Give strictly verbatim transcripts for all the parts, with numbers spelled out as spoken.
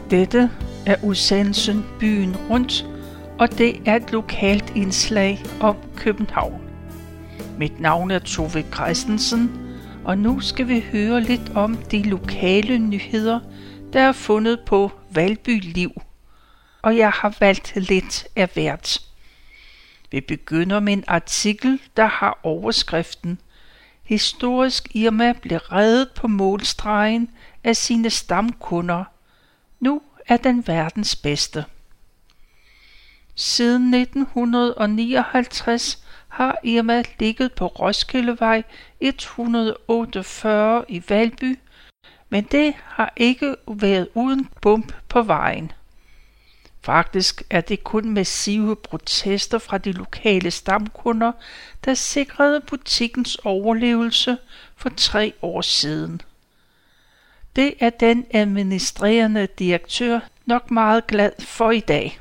Dette er udsendelsen Byen Rundt, og det er et lokalt indslag om København. Mit navn er Tove Christensen, og nu skal vi høre lidt om de lokale nyheder, der er fundet på Valby Liv. Og jeg har valgt lidt af hvert. Vi begynder med en artikel, der har overskriften: Historisk Irma blev reddet på målstregen af sine stamkunder. Nu er den verdens bedste. Siden nitten nioghalvtreds har Irma ligget på Roskildevej et hundrede og otteogfyrre i Valby, men det har ikke været uden bump på vejen. Faktisk er det kun massive protester fra de lokale stamkunder, der sikrede butikkens overlevelse for tre år siden. Det er den administrerende direktør nok meget glad for i dag.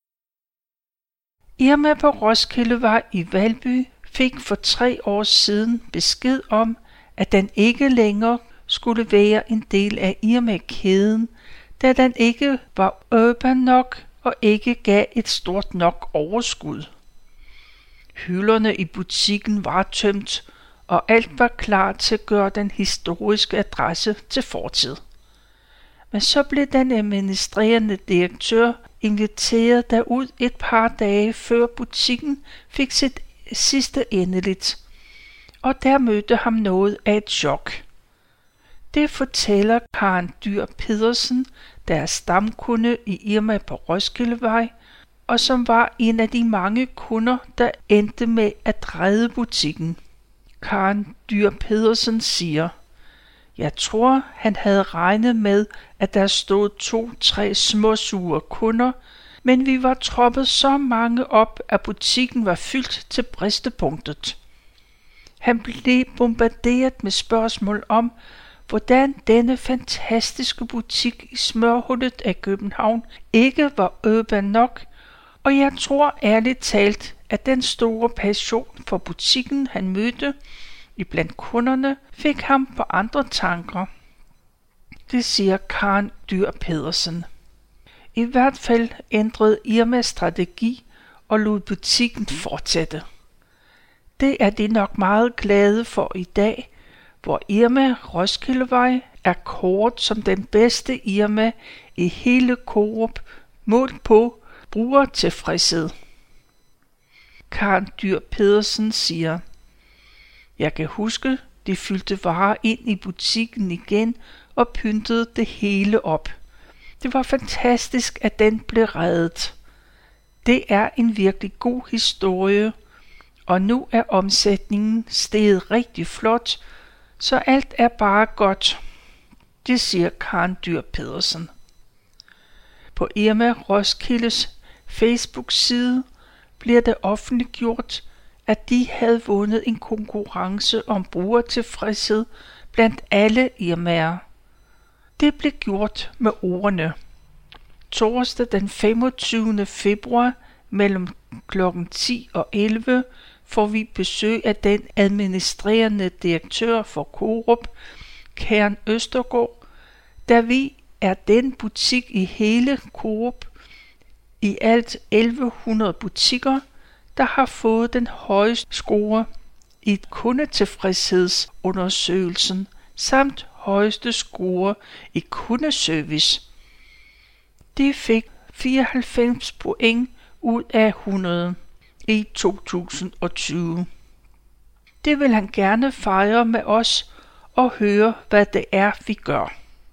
Irma på Roskildevej i Valby fik for tre år siden besked om, at den ikke længere skulle være en del af Irma-kæden, da den ikke var urban nok og ikke gav et stort nok overskud. Hylderne i butikken var tømt, og alt var klar til at gøre den historiske adresse til fortid. Men så blev den administrerende direktør inviteret derud et par dage før butikken fik sit sidste endeligt, og der mødte ham noget af et chok. Det fortæller Karen Dyhr Pedersen, der er stamkunde i Irma på Roskildevej, og som var en af de mange kunder, der endte med at redde butikken. Karen Dyhr Pedersen siger: Jeg tror, han havde regnet med, at der stod to-tre småsure kunder, men vi var troppet så mange op, at butikken var fyldt til bristepunktet. Han blev bombarderet med spørgsmål om, hvordan denne fantastiske butik i smørhullet af København ikke var urban nok, og jeg tror ærligt talt, at den store passion for butikken, han mødte iblandt kunderne, fik ham på andre tanker. Det siger Karen Dyhr Pedersen. I hvert fald ændrede Irmas strategi og lod butikken fortsætte. Det er de nok meget glade for i dag, hvor Irma Roskildevej er kåret som den bedste Irma i hele Coop, målt på brugertilfredshed. Karen Dyhr Pedersen siger: Jeg kan huske, de fyldte varer ind i butikken igen og pyntede det hele op. Det var fantastisk, at den blev reddet. Det er en virkelig god historie, og nu er omsætningen steget rigtig flot, så alt er bare godt. Det siger Karen Dyhr Pedersen. På Irma Roskildes Facebook-side bliver det offentliggjort, at de havde vundet en konkurrence om brugertilfredshed blandt alle Irmaer. Det blev gjort med ordene: Torsdag den femogtyvende februar mellem klokken ti og elleve får vi besøg af den administrerende direktør for Coop, Karen Østergaard, da vi er den butik i hele Coop, i alt elleve hundrede butikker, der har fået den højeste score i kundetilfredshedsundersøgelsen samt højeste score i kundeservice. De fik fireoghalvfems point ud af hundrede i to tusind og tyve. Det vil han gerne fejre med os og høre, hvad det er, vi gør.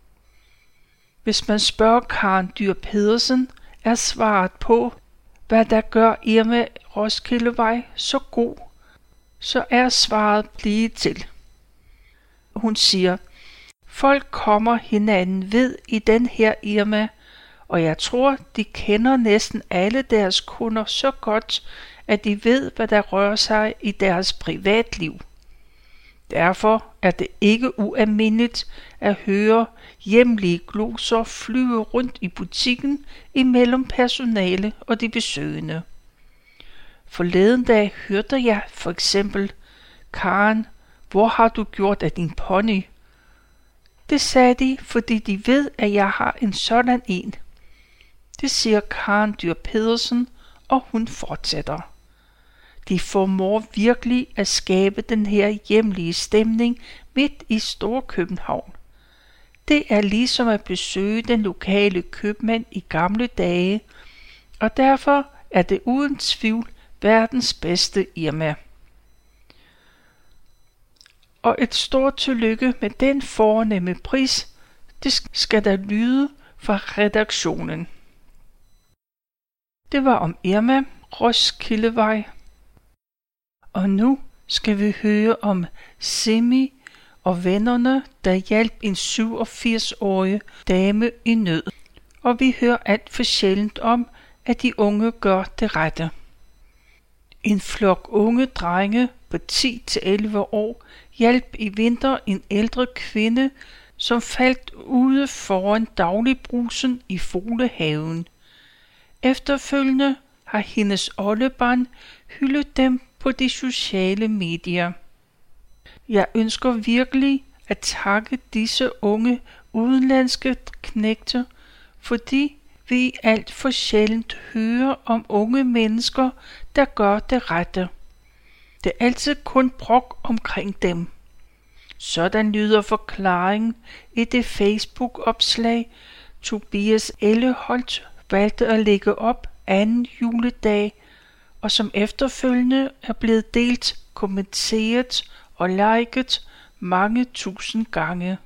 Hvis man spørger Karen Dyhr Pedersen, er svaret på, hvad der gør Irma Roskildevej så god, så er svaret blive til. Hun siger: Folk kommer hinanden ved i den her Irma, og jeg tror, de kender næsten alle deres kunder så godt, at de ved, hvad der rører sig i deres privatliv. Derfor er det ikke ualmindeligt at høre hjemlige gloser flyve rundt i butikken imellem personale og de besøgende. Forleden dag hørte jeg for eksempel: Karen, hvor har du gjort af din pony? Det sagde de, fordi de ved, at jeg har en sådan en. Det siger Karen Dyhr Pedersen, og hun fortsætter. De formår virkelig at skabe den her hjemlige stemning midt i Storkøbenhavn. Det er ligesom at besøge den lokale købmand i gamle dage, og derfor er det uden tvivl verdens bedste Irma. Og et stort tillykke med den fornemme pris, det skal der lyde fra redaktionen. Det var om Irma, Roskildevej. Og nu skal vi høre om Simi og vennerne, der hjalp en syvogfirs-årig dame i nød. Og vi hører alt for sjældent om, at de unge gør det rette. En flok unge drenge på ti til elleve år hjalp i vinter en ældre kvinde, som faldt ude foran dagligbrusen i Folehaven. Efterfølgende har hendes oldebarn hyldet dem på de sociale medier. Jeg ønsker virkelig at takke disse unge udenlandske knægte, fordi vi alt for sjældent hører om unge mennesker, der gør det rette. Det er altid kun brok omkring dem. Sådan lyder forklaringen i det Facebook-opslag, Tobias Elleholdt valgte at lægge op anden juledag, og som efterfølgende er blevet delt, kommenteret og liket mange tusind gange.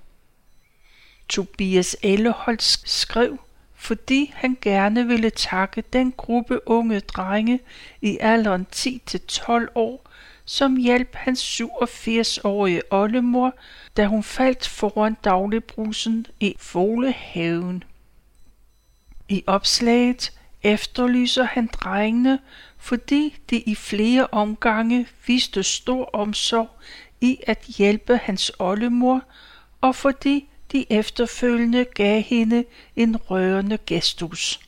Tobias Elleholdt skrev, fordi han gerne ville takke den gruppe unge drenge i alderen ti til tolv år, som hjalp hans syvogfirs-årige oldemor, da hun faldt foran dagligbrusen i Folehaven. I opslaget efterlyser han drengene, fordi de i flere omgange viste stor omsorg i at hjælpe hans oldemor, og fordi de efterfølgende gav hende en rørende gestus.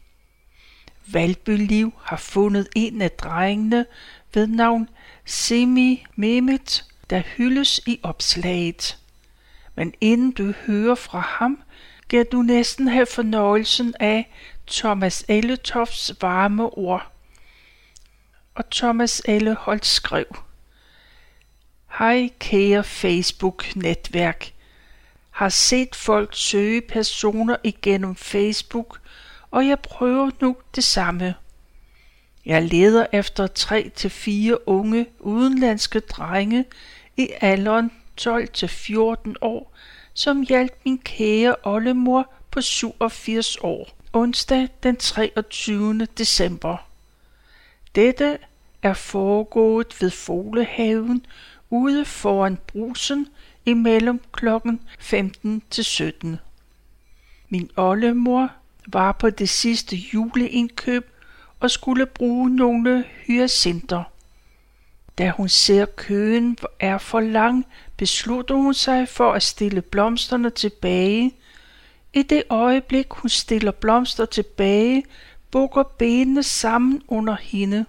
Valbyliv har fundet en af drengene ved navn Semi Mehmet, der hyldes i opslaget. Men inden du hører fra ham, kan du næsten have fornøjelsen af Thomas Elletofts varme ord. Og Thomas Elleholdt skrev: Hej kære Facebook-netværk. Har set folk søge personer igennem Facebook, og jeg prøver nu det samme. Jeg leder efter tre til fire unge udenlandske drenge i alderen tolv til fjorten år, som hjalp min kære oldemor på syvogfirs år, onsdag den treogtyvende december. Dette er foregået ved Folehaven ude foran brusen imellem klokken femten til sytten. Min oldemor var på det sidste juleindkøb og skulle bruge nogle hyacinter. Da hun ser køen er for lang, beslutter hun sig for at stille blomsterne tilbage. I det øjeblik hun stiller blomster tilbage, bukker benene sammen under hende.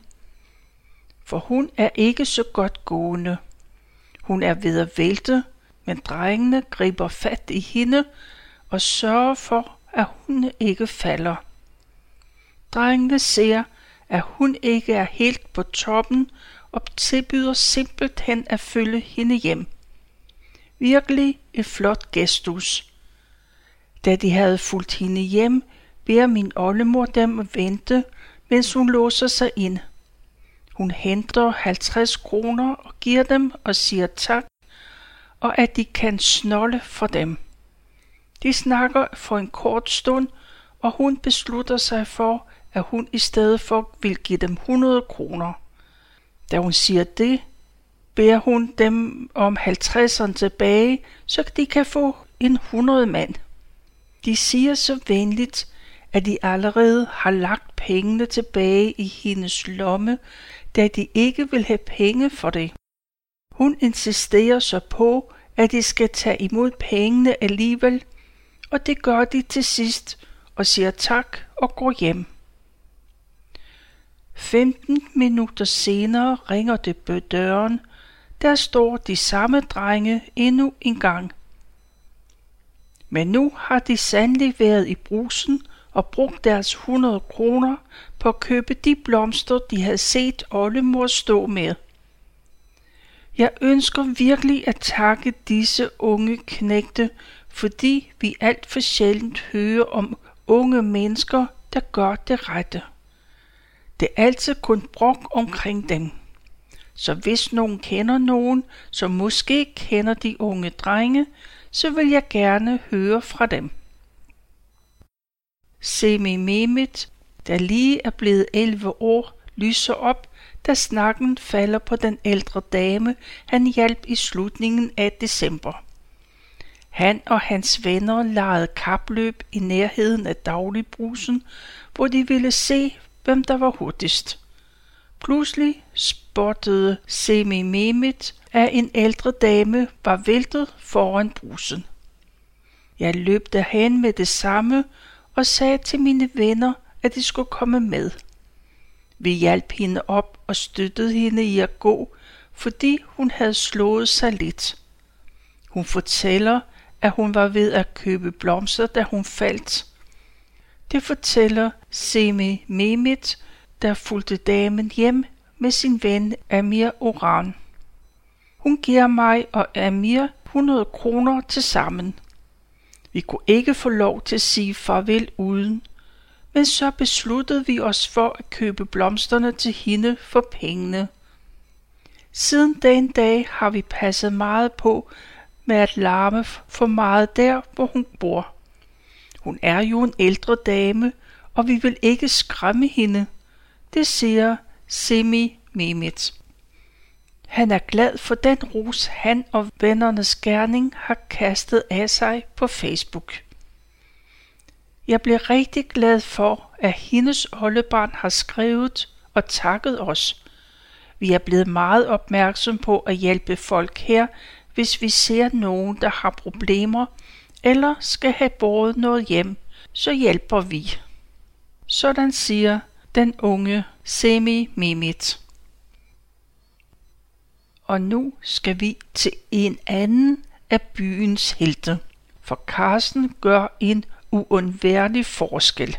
For hun er ikke så godt gående. Hun er ved at vælte, men drengene griber fat i hende og sørger for, at hun ikke falder. Drengene ser, at hun ikke er helt på toppen og tilbyder simpelthen at følge hende hjem. Virkelig et flot gestus. Da de havde fulgt hende hjem, beder min oldemor dem at vente, mens hun låser sig ind. Hun henter halvtreds kroner og giver dem og siger tak, og at de kan snolde for dem. De snakker for en kort stund, og hun beslutter sig for, at hun i stedet for vil give dem hundrede kroner. Da hun siger det, beder hun dem om halvtredserne tilbage, så de kan få en hundrede mand. De siger så venligt, at de allerede har lagt pengene tilbage i hendes lomme, da de ikke vil have penge for det. Hun insisterer så på, at de skal tage imod pengene alligevel, og det gør de til sidst og siger tak og går hjem. femten minutter senere ringer det på døren. Der står de samme drenge endnu en gang. Men nu har de sandelig været i Brugsen og brugt deres hundrede kroner på at købe de blomster, de havde set oldemor stå med. Jeg ønsker virkelig at takke disse unge knægte, fordi vi alt for sjældent hører om unge mennesker, der gør det rette. Det er altid kun brok omkring dem. Så hvis nogen kender nogen, som måske kender de unge drenge, så vil jeg gerne høre fra dem. Semi Mehmet, der lige er blevet elleve år, lyser op, da snakken falder på den ældre dame, han hjalp i slutningen af december. Han og hans venner legede kapløb i nærheden af Dagligbrugsen, hvor de ville se, hvem der var hurtigst. Pludselig spottede Semi Mehmet, at en ældre dame var væltet foran brusen. Jeg løb derhen med det samme og sagde til mine venner, at de skulle komme med. Vi hjalp hende op og støttede hende i at gå, fordi hun havde slået sig lidt. Hun fortæller, at hun var ved at købe blomster, da hun faldt. Det fortæller Semi Mehmet, der fulgte damen hjem med sin ven Amir Oran. Hun giver mig og Amir hundrede kroner til sammen. Vi kunne ikke få lov til at sige farvel uden, men så besluttede vi os for at købe blomsterne til hende for pengene. Siden den dag har vi passet meget på med at larme for meget der, hvor hun bor. Hun er jo en ældre dame, og vi vil ikke skræmme hende. Det siger Semi Mehmet. Han er glad for den ros, han og vennernes gerning har kastet af sig på Facebook. Jeg bliver rigtig glad for, at hendes oldebarn har skrevet og takket os. Vi er blevet meget opmærksom på at hjælpe folk her, hvis vi ser nogen, der har problemer eller skal have båret noget hjem, så hjælper vi. Sådan siger den unge Semi Mehmet. Og nu skal vi til en anden af byens helte, for Carsten gør en uundværlig forskel.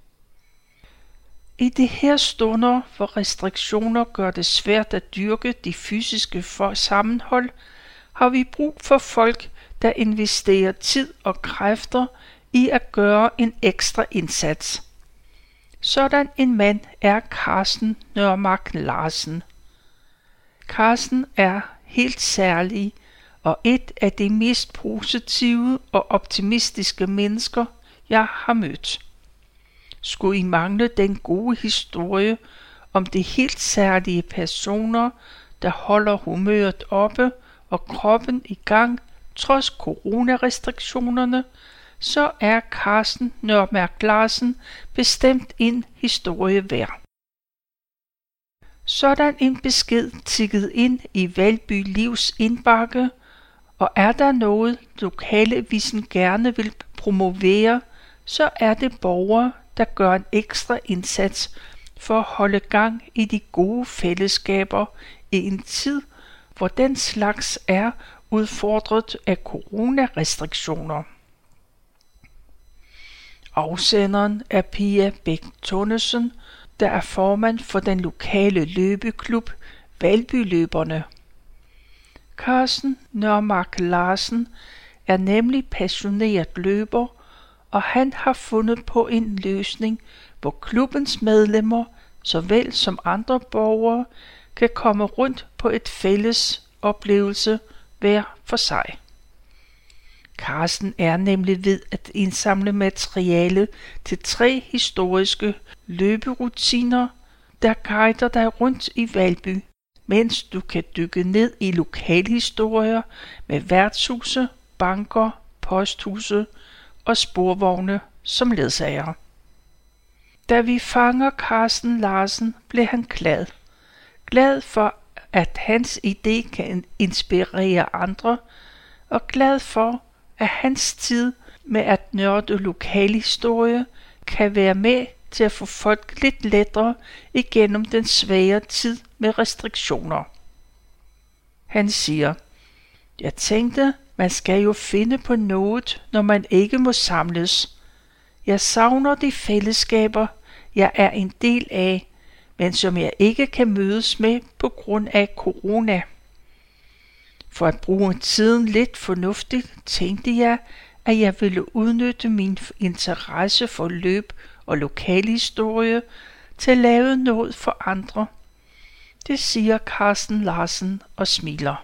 I de her stunder, hvor restriktioner gør det svært at dyrke de fysiske sammenhold, har vi brug for folk, der investerer tid og kræfter i at gøre en ekstra indsats. Sådan en mand er Carsten Nørmark Larsen. Carsten er helt særlig og et af de mest positive og optimistiske mennesker, jeg har mødt. Skulle I mangle den gode historie om de helt særlige personer, der holder humøret oppe og kroppen i gang trods coronarestriktionerne, så er Carsten Nørmark Larsen bestemt en historie værd. Sådan en besked tikkede ind i Valby Livs indbakke, og er der noget lokalavisen gerne vil promovere, så er det borgere, der gør en ekstra indsats for at holde gang i de gode fællesskaber i en tid, hvor den slags er udfordret af coronarestriktioner. Afsenderen er Pia Bæk Tonnesen, der er formand for den lokale løbeklub Valbyløberne. Carsten Nørmark Larsen er nemlig passioneret løber, og han har fundet på en løsning, hvor klubbens medlemmer, såvel som andre borgere, kan komme rundt på et fælles oplevelse hver for sig. Carsten er nemlig ved at indsamle materiale til tre historiske løberutiner, der guider dig rundt i Valby, mens du kan dykke ned i lokalhistorier med værtshuse, banker, posthuse og sporvogne som ledsager. Da vi fanger Carsten Larsen, blev han glad. Glad for, at hans idé kan inspirere andre, og glad for, at hans tid med at nørde lokalhistorie kan være med til at få folk lidt lettere igennem den svære tid med restriktioner. Han siger, jeg tænkte, Man skal jo finde på noget, når man ikke må samles. Jeg savner de fællesskaber, jeg er en del af, men som jeg ikke kan mødes med på grund af corona. For at bruge tiden lidt fornuftigt, tænkte jeg, at jeg ville udnytte min interesse for løb og lokalhistorie til at lave noget for andre. Det siger Carsten Larsen og smiler.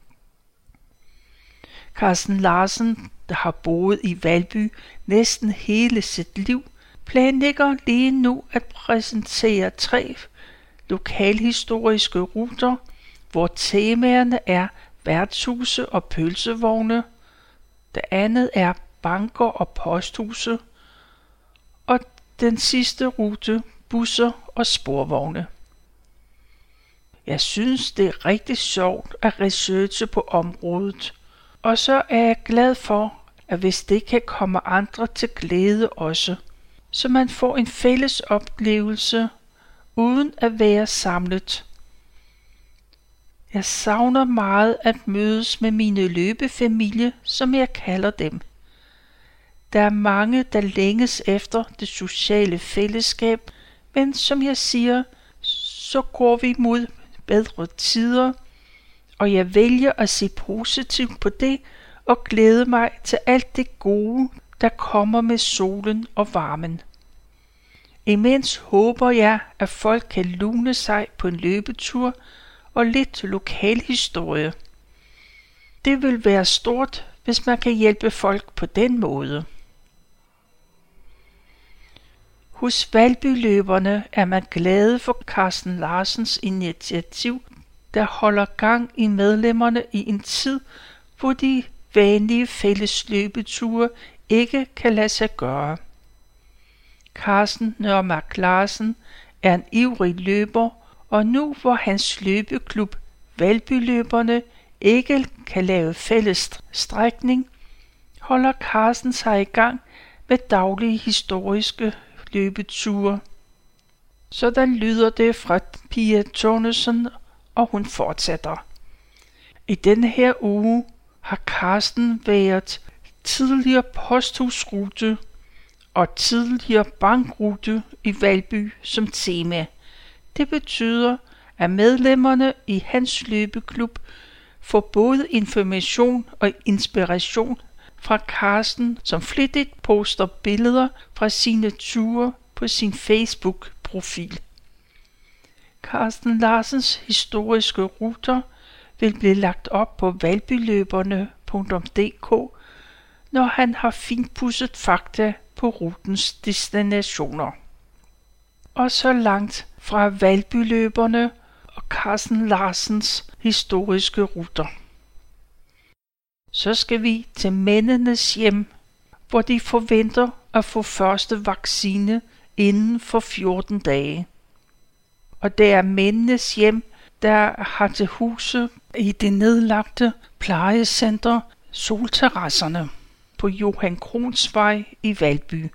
Carsten Larsen, der har boet i Valby næsten hele sit liv, planlægger lige nu at præsentere tre lokalhistoriske ruter, hvor temaerne er værtshuse og pølsevogne. Det andet er banker og posthuse, og den sidste rute busser og sporvogne. Jeg synes, det er rigtig sjovt at researche på området, og så er jeg glad for, at hvis det kan komme andre til glæde også, så man får en fælles oplevelse uden at være samlet. Jeg savner meget at mødes med mine løbefamilie, som jeg kalder dem. Der er mange, der længes efter det sociale fællesskab, men som jeg siger, så går vi mod bedre tider, og jeg vælger at se positivt på det og glæde mig til alt det gode, der kommer med solen og varmen. Imens håber jeg, at folk kan lune sig på en løbetur og lidt lokalhistorie. Det vil være stort, hvis man kan hjælpe folk på den måde. Hos Valbyløberne er man glade for Carsten Larsens initiativ, der holder gang i medlemmerne i en tid, hvor de vanlige fælles løbeture ikke kan lade sig gøre. Carsten Nørmark Larsen er en ivrig løber, og nu hvor hans løbeklub Valbyløberne ikke kan lave fælles strækning, holder Carsten sig i gang med daglige historiske løbeture. Sådan lyder det fra Pia Tønnesen, og hun fortsætter. I denne her uge har Carsten været tidligere posthusrute og tidligere bankrute i Valby som tema. Det betyder, at medlemmerne i hans løbeklub får både information og inspiration fra Carsten, som flittigt poster billeder fra sine ture på sin Facebook-profil. Carsten Larsens historiske ruter vil blive lagt op på valbyløberne punktum d k, når han har finpudset fakta på rutens destinationer. Og så langt fra Valbyløberne og Carsten Larsens historiske ruter. Så skal vi til mændenes hjem, hvor de forventer at få første vaccine inden for fjorten dage. Og det er mændenes hjem, der har til huse i det nedlagte plejecenter Solterrasserne på Johan Krohns Vej i Valby.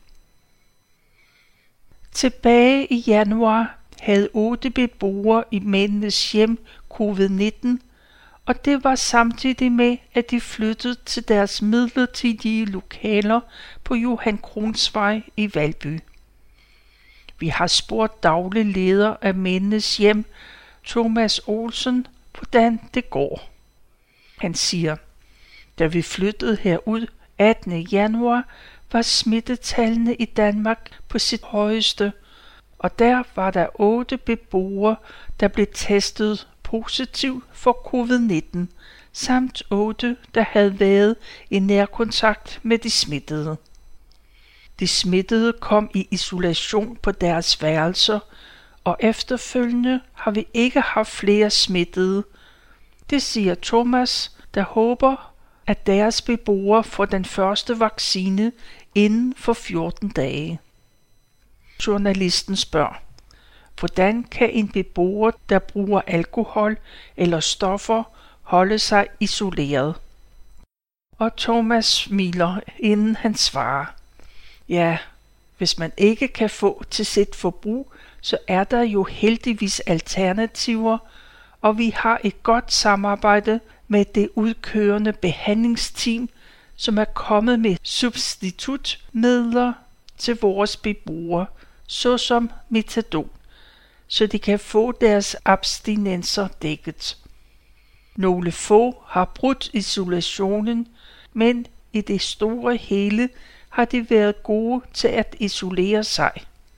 Tilbage i januar havde otte beboere i mændenes hjem covid nitten, og det var samtidig med, at de flyttede til deres midlertidige lokaler på Johan Krohns Vej i Valby. Vi har spurgt daglig leder af mændenes hjem, Thomas Olsen, hvordan det går. Han siger, da vi flyttede herud attende januar, var smittetallene i Danmark på sit højeste, og der var der otte beboere, der blev testet positiv for covid nitten, samt otte, der havde været i nærkontakt med de smittede. De smittede kom i isolation på deres værelser, og efterfølgende har vi ikke haft flere smittede. Det siger Thomas, der håber, at deres beboere får den første vaccine inden for fjorten dage. Journalisten spørger, hvordan kan en beboer, der bruger alkohol eller stoffer, holde sig isoleret? Og Thomas smiler, inden han svarer. Ja, hvis man ikke kan få til sit forbrug, så er der jo heldigvis alternativer, og vi har et godt samarbejde med det udkørende behandlingsteam, som er kommet med substitutmidler til vores beboere, såsom metadon, så de kan få deres abstinenser dækket. Nogle få har brudt isolationen, men i det store hele har de været gode til at isolere sig.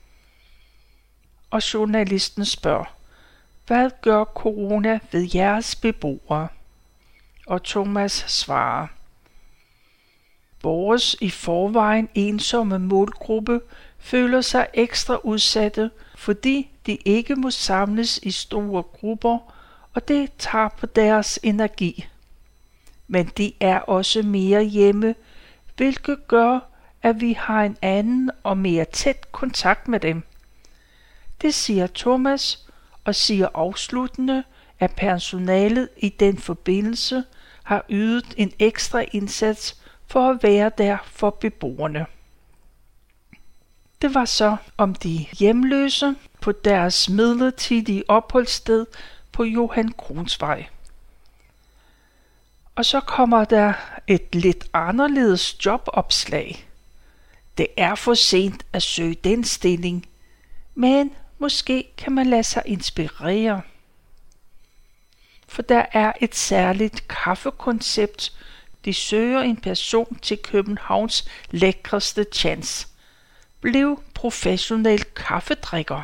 Og journalisten spørger, hvad gør corona ved jeres beboere? Og Thomas svarer, vores i forvejen ensomme målgruppe føler sig ekstra udsatte, fordi de ikke må samles i store grupper, og det tager på deres energi. Men de er også mere hjemme, hvilket gør, at vi har en anden og mere tæt kontakt med dem. Det siger Thomas, og siger afsluttende, at personalet i den forbindelse har ydet en ekstra indsats for at være der for beboerne. Det var så om de hjemløse på deres midlertidige opholdssted på Johan Krohns Vej. Og så kommer der et lidt anderledes jobopslag. Det er for sent at søge den stilling, men måske kan man lade sig inspirere. For der er et særligt kaffekoncept. De søger en person til Københavns lækreste chance. Bliv professionel kaffedrikker.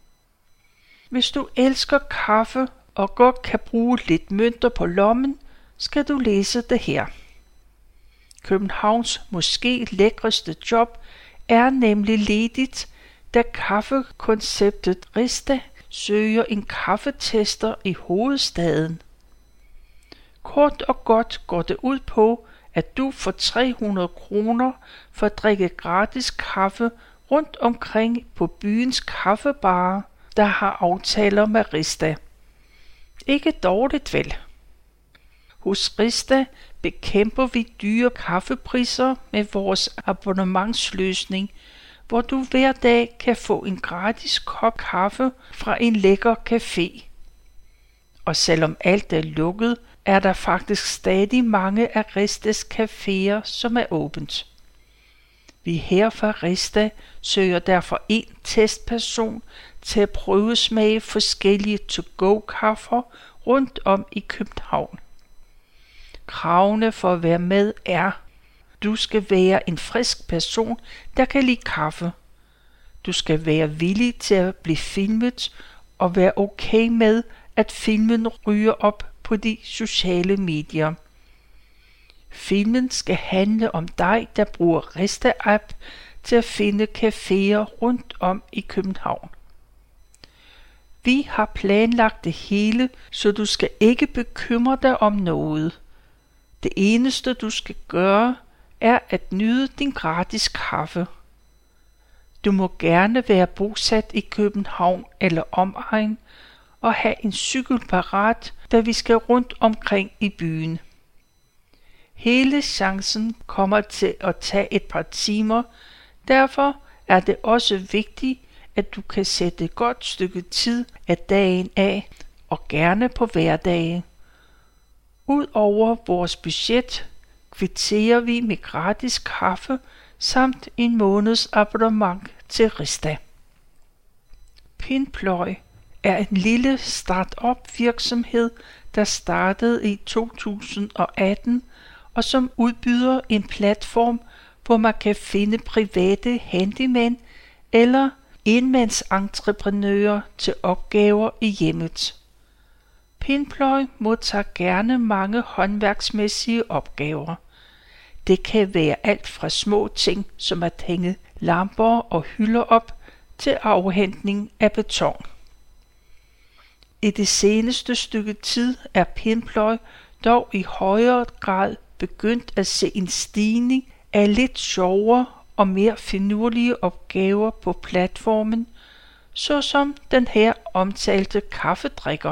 Hvis du elsker kaffe og godt kan bruge lidt mønter på lommen, skal du læse det her. Københavns måske lækreste job er nemlig ledigt, da kaffekonceptet Rista søger en kaffetester i hovedstaden. Kort og godt går det ud på, at du får tre hundrede kroner for at drikke gratis kaffe rundt omkring på byens kaffebarer, der har aftaler med Rista. Ikke dårligt vel? Hos Rista bekæmper vi dyre kaffepriser med vores abonnementsløsning, hvor du hver dag kan få en gratis kop kaffe fra en lækker café. Og selvom alt er lukket, er der faktisk stadig mange af Ristas caféer, som er åbent. Vi her fra Rista søger derfor en testperson til at prøvesmage forskellige to-go-kaffer rundt om i København. Kravene for at være med er, du skal være en frisk person, der kan lide kaffe. Du skal være villig til at blive filmet og være okay med, at filmen ryger op på de sociale medier. Filmen skal handle om dig, der bruger Rista-app til at finde caféer rundt om i København. Vi har planlagt det hele, så du skal ikke bekymre dig om noget. Det eneste du skal gøre, er at nyde din gratis kaffe. Du må gerne være bosat i København eller omegn og have en cykel parat, da vi skal rundt omkring i byen. Hele chancen kommer til at tage et par timer, derfor er det også vigtigt, at du kan sætte et godt stykke tid af dagen af, og gerne på hverdage. Udover vores budget kvitterer vi med gratis kaffe samt en måneds abonnement til Rista. Pinploy er en lille start-up virksomhed, der startede i to tusind og atten og som udbyder en platform, hvor man kan finde private handyman eller enmandsentreprenører til opgaver i hjemmet. Pinploy modtager gerne mange håndværksmæssige opgaver. Det kan være alt fra små ting som at hænge lamper og hylder op til afhentning af beton. I det seneste stykke tid er Pinploy dog i højere grad begyndt at se en stigning af lidt sjovere og mere finurlige opgaver på platformen, såsom den her omtalte kaffedrikker.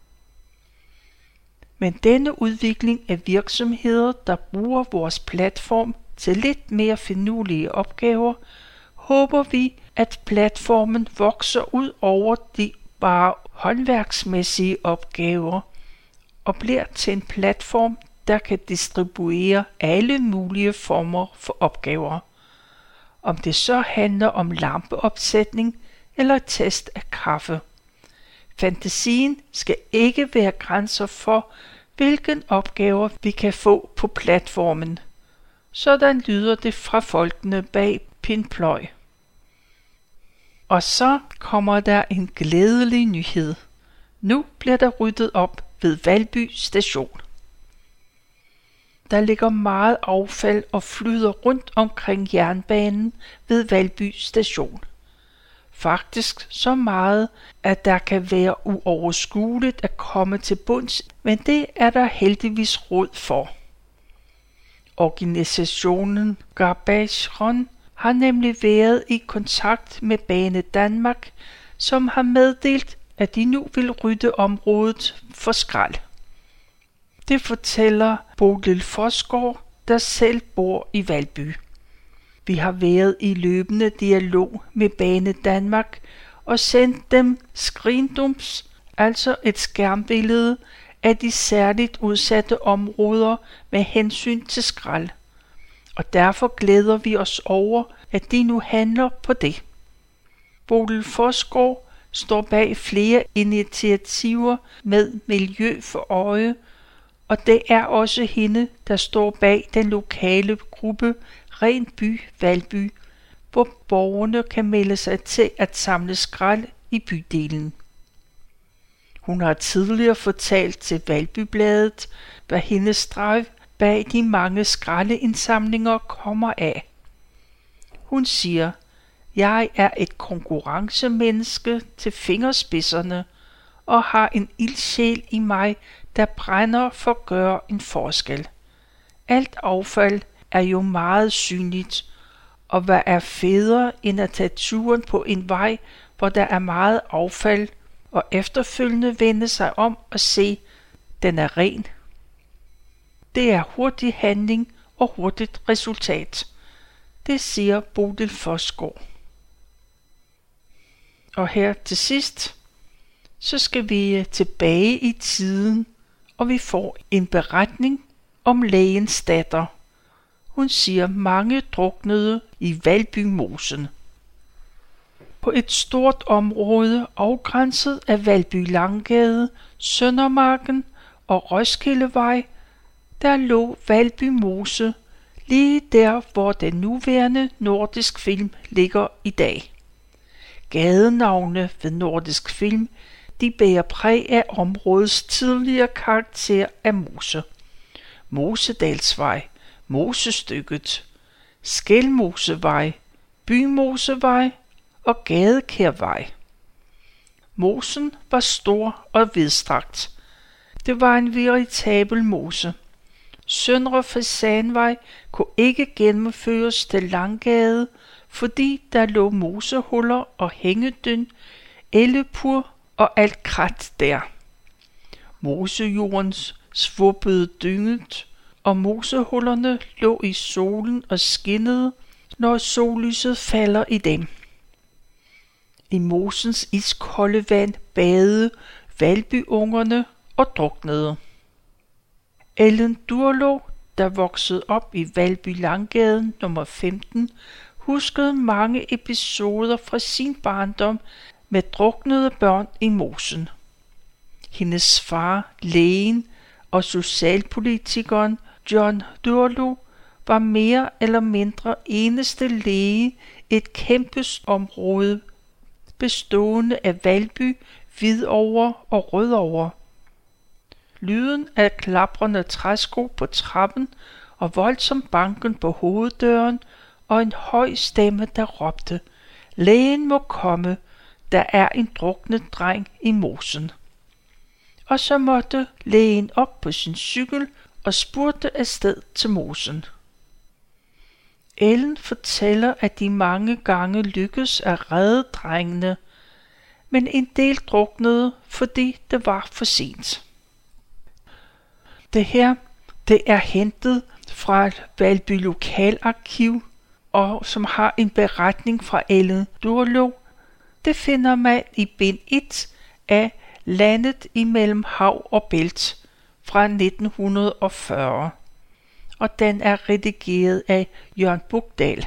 Men denne udvikling af virksomheder, der bruger vores platform til lidt mere finurlige opgaver, håber vi, at platformen vokser ud over de bare håndværksmæssige opgaver, og bliver til en platform, der kan distribuere alle mulige former for opgaver. Om det så handler om lampeopsætning eller test af kaffe. Fantasien skal ikke være grænser for, hvilken opgaver vi kan få på platformen. Sådan lyder det fra folkene bag Pinpløj. Og så kommer der en glædelig nyhed. Nu bliver der ryddet op ved Valby Station. Der ligger meget affald og flyder rundt omkring jernbanen ved Valby Station. Faktisk så meget, at der kan være uoverskueligt at komme til bunds, men det er der heldigvis råd for. Organisationen Garbage Run har nemlig været i kontakt med Bane Danmark, som har meddelt, at de nu vil rydde området for skrald. Det fortæller Bodil Forsgaard, der selv bor i Valby. Vi har været i løbende dialog med Bane Danmark og sendt dem screendumps, altså et skærmbillede af de særligt udsatte områder med hensyn til skrald. Og derfor glæder vi os over, at de nu handler på det. Bodil Forsgaard står bag flere initiativer med miljø for øje, og det er også hende, der står bag den lokale gruppe Ren By Valby, hvor borgerne kan melde sig til at samle skrald i bydelen. Hun har tidligere fortalt til Valbybladet, hvad hendes drive bag de mange skraldeindsamlinger kommer af. Hun siger, jeg er et konkurrencemenneske til fingerspidserne og har en ildsjæl i mig, der brænder for at gøre en forskel. Alt affald er jo meget synligt, og hvad er federe end at tage turen på en vej, hvor der er meget affald, og efterfølgende vende sig om og se, den er ren. Det er hurtig handling og hurtigt resultat. Det siger Bodil Forsgaard. Og her til sidst, så skal vi tilbage i tiden, og vi får en beretning om lægens datter. Hun siger, mange druknede i Valbymosen. På et stort område afgrænset af Valby Langgade, Søndermarken og Roskildevej, der lå Valby Mose, lige der hvor den nuværende Nordisk Film ligger i dag. Gadenavne ved Nordisk Film, de bærer præg af områdets tidligere karakter af mose. Mosedalsvej, Mosestykket, Skelmosevej, Bymosevej og Gadekærvej. Mosen var stor og vidstrakt. Det var en veritabel mose. Søndre Fasanvej kunne ikke gennemføres til Langgade, fordi der lå mosehuller og hængedyn, ellepur og alt krat der. Mosejorden svuppede dynget, og mosehullerne lå i solen og skinnede, når sollyset falder i dem. I mosens iskolde vand badede Valbyungerne og druknede. Ellen Durlo, der voksede op i Valby Langgade nummer femten, huskede mange episoder fra sin barndom med druknede børn i mosen. Hendes far, lægen og socialpolitikeren John Durlo var mere eller mindre eneste læge et kæmpe område bestående af Valby, Hvidovre og Rødovre. Lyden af klaprende træsko på trappen og voldsom banken på hoveddøren og en høj stemme, der råbte, lægen må komme, der er en druknet dreng i mosen. Og så måtte lægen op på sin cykel og spurgte afsted til mosen. Ellen fortæller, at de mange gange lykkedes at redde drengene, men en del druknede, fordi det var for sent. Det her, det er hentet fra Valby Lokalarkiv, og som har en beretning fra Ellen Durlo. Det finder man i bind et af Landet imellem hav og bælt, fra nitten fyrre, og den er redigeret af Jørgen Buchdal.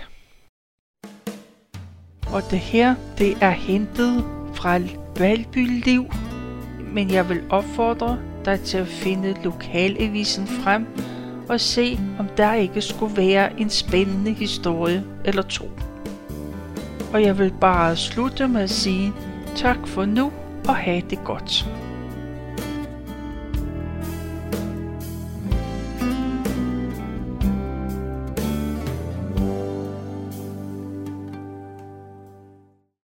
Og det her, det er hentet fra Valby Liv, men jeg vil opfordre dig til at finde lokalavisen frem og se, om der ikke skulle være en spændende historie eller to. Og jeg vil bare slutte med at sige tak for nu og have det godt.